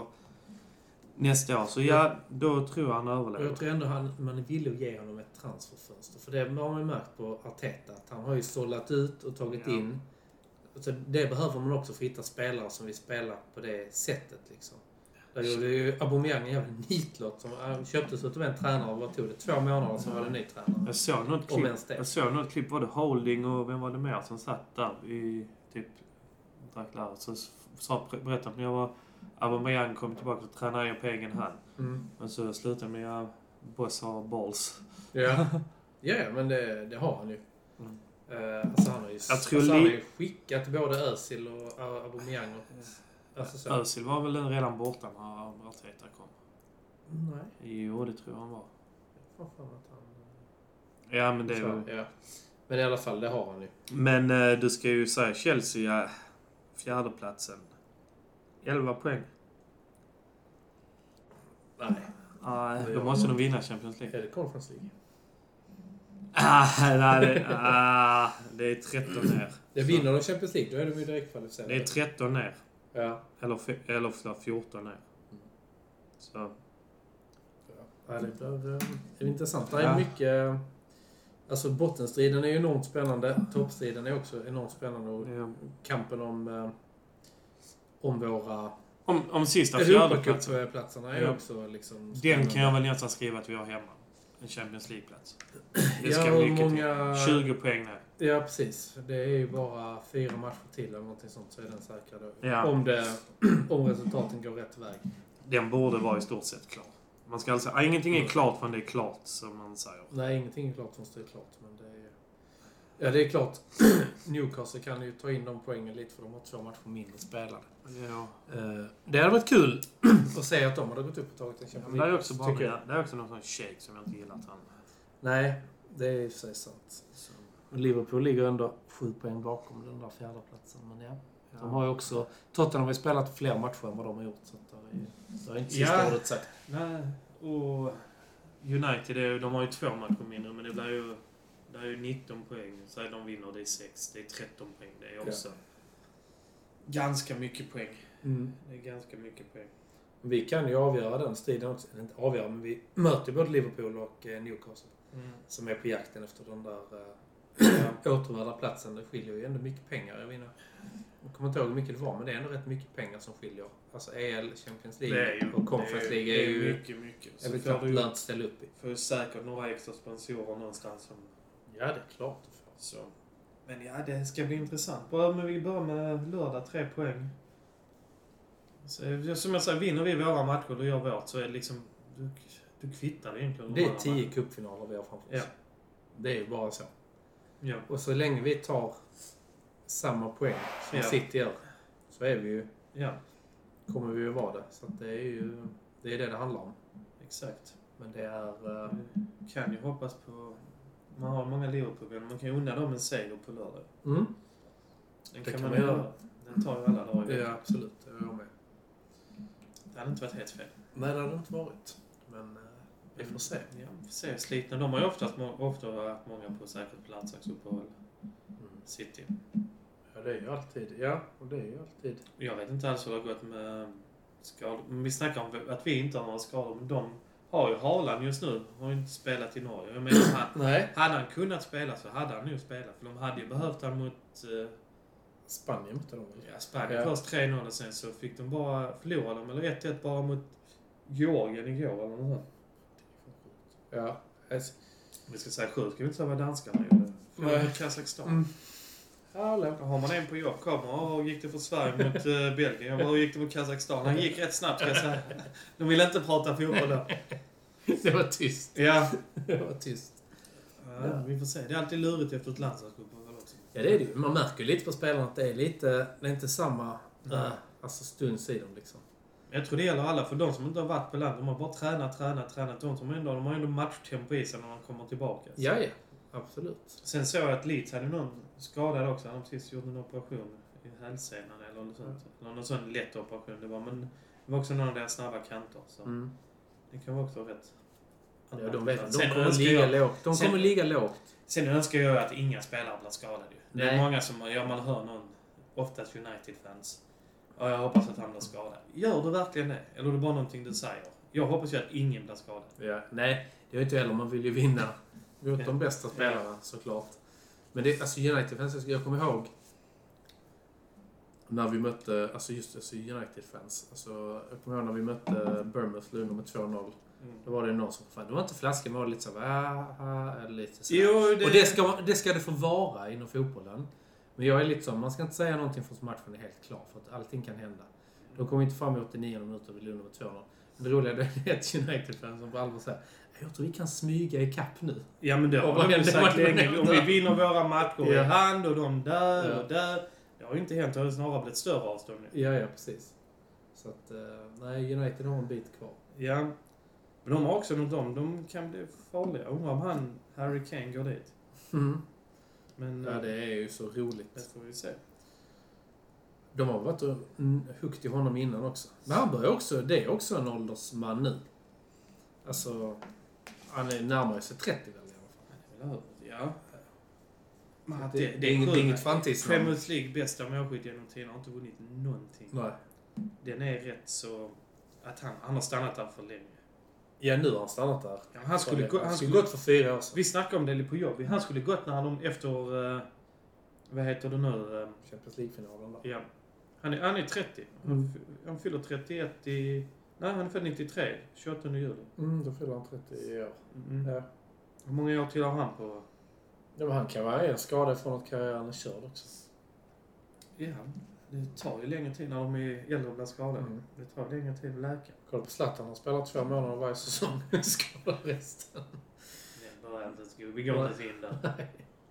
nästa år, så då tror jag han överlever. Jag tror ändå man är villig att ge honom ett transferfönster. För det har man ju märkt på Arteta. Att han har ju sållat ut och tagit in. Så det behöver man också för att hitta spelare som vill spela på det sättet. Liksom. Där gjorde ju Aubameyang en jävla nitlott som köptes av en tränare och vad tog det? 2 månader som var det ny tränare. Jag såg något klipp, var det Holding och vem var det mer som satt där i typ drack så berättade när jag var Aubameyang kom tillbaka och tränade jag på egen hand. Men så slutade med att boss har balls. Ja, men det har han ju. Alltså han har ju skickat både Özil och Aubameyang. Özil var väl redan borta när Arteta kom? Nej. Jo, det tror jag han var. Jag får att han... Ja, men det är väl... Ja. Men i alla fall, det har han ju. Men du ska ju säga Chelsea, 4:e platsen. 11 poäng. Nej. Då måste de vinna Champions League. Är det Conference League? Det är 13 ner. Det vinner de Champions League, då är de ju direkt kvalificerade. Det är 13 ner. Ja. Eller 14 ner. Så. Ja, det är intressant. Det är mycket... Alltså bottenstriden är ju enormt spännande. Toppstriden är också enormt spännande. Och kampen om våra... Om sista 4:e platserna är också liksom... Den kan jag väl nästan skriva att vi har hemma. En Champions League-plats. Det ska många... 20 poäng där. Ja, precis. Det är ju bara 4 matcher till eller någonting sånt, så är den säkrad. Ja. Om resultaten går rätt väg. Den borde vara i stort sett klar. Man ska alltså... Ingenting är klart förrän det är klart, som man säger. Nej, ingenting är klart förrän det är klart. Men det är... Ja, det är klart. Newcastle kan ju ta in de poängen lite, för de har 2 matcher mindre spelade. Ja. Det hade varit kul att se att de hade gått upp och tagit en Champions League. Det är också någon sån shake som jag inte gillar att han... Nej, det är i och för sig sant. Så. Liverpool ligger ändå 7 poäng bakom den där 4:e platsen. Men de har ju också... Tottenham har ju spelat fler matcher än vad de har gjort. Så det är inte sista ordet sagt. Nej, och United, de har ju 2 matcher mindre, men det är ju 19 poäng. Så de vinner, det är 6. Det är 13 poäng. Det är också ganska mycket poäng. Det är ganska mycket poäng. Vi kan ju avgöra den striden också. Eller inte avgöra, men vi möter både Liverpool och Newcastle. Som är på jakten efter den där återvärda platsen. Det skiljer ju ändå mycket pengar. Jag kommer inte ihåg hur mycket det var, men det är ändå rätt mycket pengar som skiljer. Alltså EL, Champions League och Conference League är ju mycket. är väl klart lönt att ställa upp i. Får ju säkert några extra sponsorer någonstans. Ja, det är klart. Så. Men det ska bli intressant. Men vi börjar med lördag, 3 poäng. Så, som jag säger, vinner vi våra matcher, då gör vårt, så är det liksom... Du kvittar egentligen. Det är 10 cupfinaler vi har framför oss. Ja. Det är ju bara så. Ja. Och så länge vi tar samma poäng som City gör, så är vi ju... Ja. Kommer vi ju vara det. Så att det är det handlar om. Exakt. Men det är... kan ju hoppas på... Man har många Liverpool, man kan ju unna dem en seger på lördag. Den kan man göra. Den tar ju alla dagar. Ja, absolut. Det är jag med. Det hade inte varit helt fel. Nej, det hade inte varit. Men vi får se. Ja, vi får se. Slitna. De har ju ofta varit många på säkert platsaxuppehåll. City. Ja, det är ju alltid. Ja, och det är ju alltid. Jag vet inte alls hur det har gått med skador. Vi snackar om att vi inte har några skador, men de har ju Haaland just nu. Har ju inte spelat i Norge. Jag menar, Nej. hade han kunnat spela så hade han nog spelat. För de hade ju behövt han mot... Spanien mötte de väl? Ja, Spanien först 3-0 och sen så fick de bara förlora dem. Eller 1-1 bara mot Georgien igår eller något sånt. Ja. Vi ska säga 7. Ska vi inte säga vad danskarna gjorde? Förlorade mot Kazakstan. Hallå. Då har man en på jobb. Kommer och gick det för Sverige mot Belgien. Jag bara, och gick det mot Kazakstan. Han gick rätt snabbt, ska jag säga. De ville inte prata fotboll då. Det var tyst. Ja. Det var tyst. Ja, vi får se. Det är alltid lurigt efter ett landslagsgrupp. Ja, det är det ju. Man märker ju lite på spelarna att det är inte samma stuns i dem liksom. Jag tror det gäller alla. För de som inte har varit på land, de har bara tränat. De har ändå matchtempo i sig när de kommer tillbaka. Så. Ja, absolut. Sen såg jag att Leeds hade någon skadad också. Han har precis gjort en operation i hälsenan eller något sånt. Eller någon sån lätt operation det var. Men det var också någon av deras snabba kanter. Så det kan vara också rätt. Ja, de kommer ligga lågt. De kommer ligga lågt. Sen önskar jag att inga spelare blir skadade. Det är många som, man hör någon, oftast United-fans. Och jag hoppas att han blir skadad. Gör du verkligen det? Eller är det bara någonting du säger? Jag hoppas ju att ingen blir skadad. Ja, nej, det är inte heller. Man vill ju vinna mot de bästa spelarna, såklart. Men det, alltså United-fans, jag kommer ihåg när vi mötte, United-fans. Jag kommer ihåg när vi mötte Bournemouth Lund med 2-0. Då var det någon som fan, det var inte flaskan, men var lite så eller lite så. Jo, Och det ska det få vara inom fotbollen. Men jag är lite så, man ska inte säga någonting förrän matchen är helt klar, för att allting kan hända. De kommer inte fram i 89 minuter vid Lund med 2-0. Men det roliga är ett United-fan som på allvar säger, jag tror vi kan smyga i kapp nu. Ja, men det har vi sagt länge. Om vi vinner våra matcher i hand och de där och där. Det har ju inte hänt, det har snarare blivit större avstånd nu. Ja, precis. Så att, nej, United har en bit kvar. Ja. Men de har också de kan bli farliga. Undrar om Harry Kane går dit. Men, ja, det är ju så roligt. Det får vi se. De har varit och huggt i honom innan också. Men han börjar också, det är också en åldersman nu. Alltså, han är närmare sig 30 väl i alla fall. Ja. Men det är inget framtidsnamn. Premier League bästa målskytt genom tiden har inte vunnit någonting. Nej. Den är rätt så att han har stannat där för länge. Ja, nu har han stannat där. Ja, han skulle gått för 4 år sedan. Vi snackade om det på jobb. Han skulle gått när han efter vad heter det nu? Champions League-finalen då. Ja. Han är 30. Han fyller 31 nej, han är född 93. 28 juli. Då fyller han 30 i år. Ja. Hur många år till har han på? Ja, men han kan vara en skada från att karriären är körd också. Ja, det tar ju längre tid när de är äldre och blir skadade. Det tar längre tid att läka. Kolla på Zlatan, han har spelat 2 månader varje säsong. Skadar resten. Det börjar inte så god. Vi går inte in där.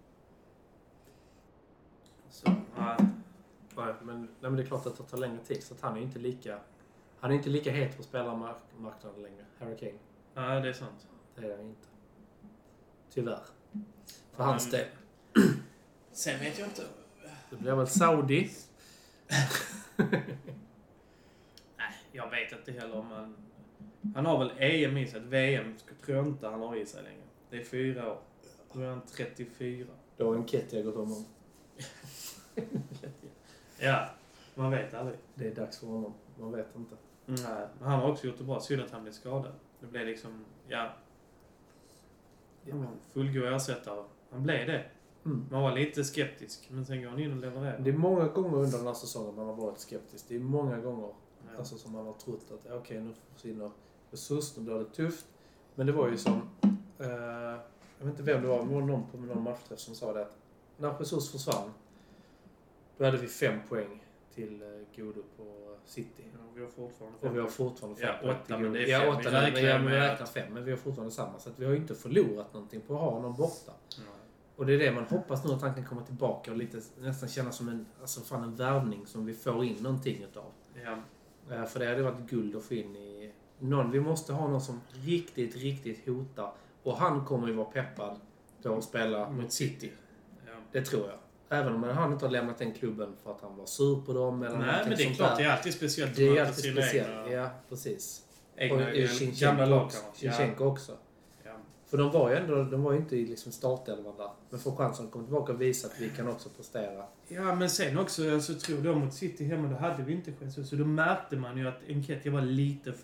Så, nej, men det är klart att det tar längre tid. Så att han är inte lika het på spelarmarknaden längre. Harry Kane. Nej, det är sant. Det är han inte. Tyvärr. För hans del. Sen vet jag inte. Det blir väl Saudi. Nej, jag vet inte heller om han har väl EM i sig. VM tror jag inte han har i sig längre. Det är 4 år. Då är han 34. Då har Nketiah gått om honom. Ja, man vet aldrig. Det är dags för honom. Man vet inte. Nej, men han har också gjort det bra. Synd att han blev skadad. Det blev liksom, fullgod ersättare. Han blev det. Man var lite skeptisk, men sen går han in och levererar. Det är många gånger under den här säsongen man har varit skeptisk. Det är många gånger alltså, som man har trott att okej, nu försvinner Jesus, nu blir det tufft. Men det var ju som, jag vet inte vem det var, någon på någon matchträff som sa det att när Jesus försvann, då hade vi 5 poäng till godo på City. Ja, vi har fortfarande 5. Och vi har fortfarande 5 poäng. 8, men det är 5. 8, vi räknar 5, men vi har fortfarande samma. Så att vi har ju inte förlorat någonting på att ha någon borta. Och det är det man hoppas nu, att han kan komma tillbaka och lite nästan känna som en värvning som vi får in någonting utav. Ja. För det hade varit guld att få in i någon. Vi måste ha någon som riktigt, riktigt hotar. Och han kommer ju vara peppad då att spela mot City. Ja. Det tror jag. Även om han inte har lämnat den klubben för att han var sur på dem eller nej, men det är klart, det är alltid speciellt. Det är alltid speciellt, ja, precis. Och gamla lag. Shinchenko också. För de var ju inte i liksom startelvan där. Men får chansen att komma tillbaka och visa att vi kan också prestera. Ja, men sen också, jag tror då mot City hemma, då hade vi inte chans. Så då märkte man ju att Nketiah var lite för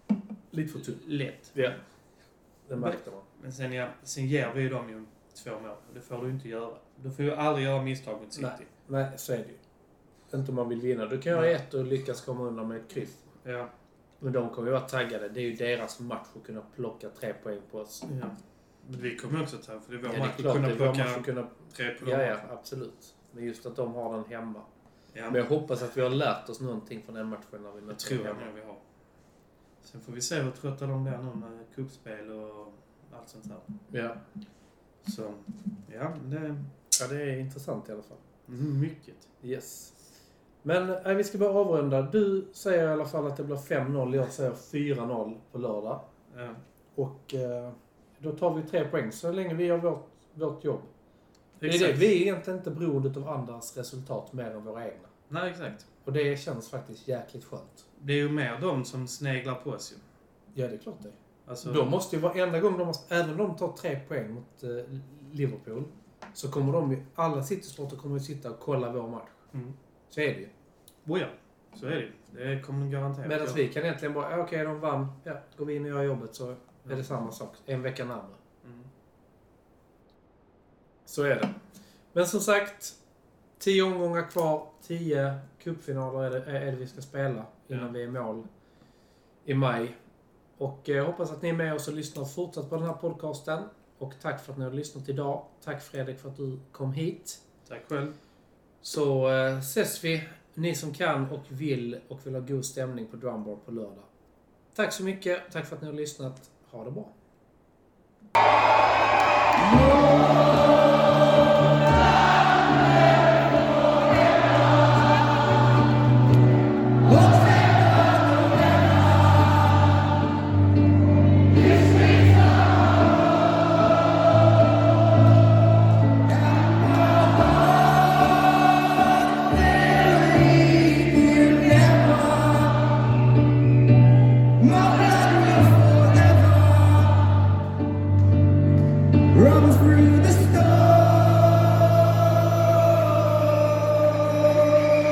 Lite för tunt. Lätt. Ja. Det märkte man. Men sen ger vi dem ju 2 mål. Det får du inte göra. Du får ju aldrig göra misstag mot City. Nej, så är det ju. Inte om man vill vinna. Du kan göra 1 och lyckas komma undan med ett kryss. Ja. Men de kommer ju vara taggade. Det är ju deras match att kunna plocka 3 poäng på oss. Ja. Men vi kommer också ta, för det är vår Ja, match det är klart, att det är vår match att kunna 3 på Ja, absolut. Men just att de har den hemma. Ja. Men jag hoppas att vi har lärt oss någonting från den matchen när vi Jag möter tror dem jag hemma. nog vi har. Sen får vi se hur trötta de blir nu med kuppspel och allt sånt här. Ja. Så, ja, Det är intressant i alla fall. Mycket. Yes. Men vi ska bara avrunda. Du säger i alla fall att det blir 5-0. Jag säger 4-0 på lördag. Ja. Och då tar vi 3 poäng så länge vi gör vårt jobb. Det är Exakt. det. Vi är egentligen inte beroende av andras resultat mer än våra egna. Nej, exakt. Och det känns faktiskt jäkligt skönt. Det är ju mer de som sneglar på oss ju. Ja, det är klart det. Alltså, De måste ju varenda gång även om de tar 3 poäng mot Liverpool, så kommer de ju, alla City-sporter kommer ju sitta och kolla vår match. Så är det ju. Ja, så är det ju. Det kommer de garanterat. Medan vi kan egentligen bara, okej, de vann, går vi in och gör jobbet så är det samma sak. En vecka närmare. Så är det. Men som sagt, 10 omgångar kvar, 10 cupfinaler är det vi ska spela innan vi är i mål i maj. Och jag hoppas att ni är med oss och lyssnar fortsatt på den här podcasten. Och tack för att ni har lyssnat idag. Tack Fredrik för att du kom hit. Tack själv. Så ses vi, ni som kan och vill ha god stämning på Drumbar på lördag. Tack så mycket. Tack för att ni har lyssnat. Ha det bra.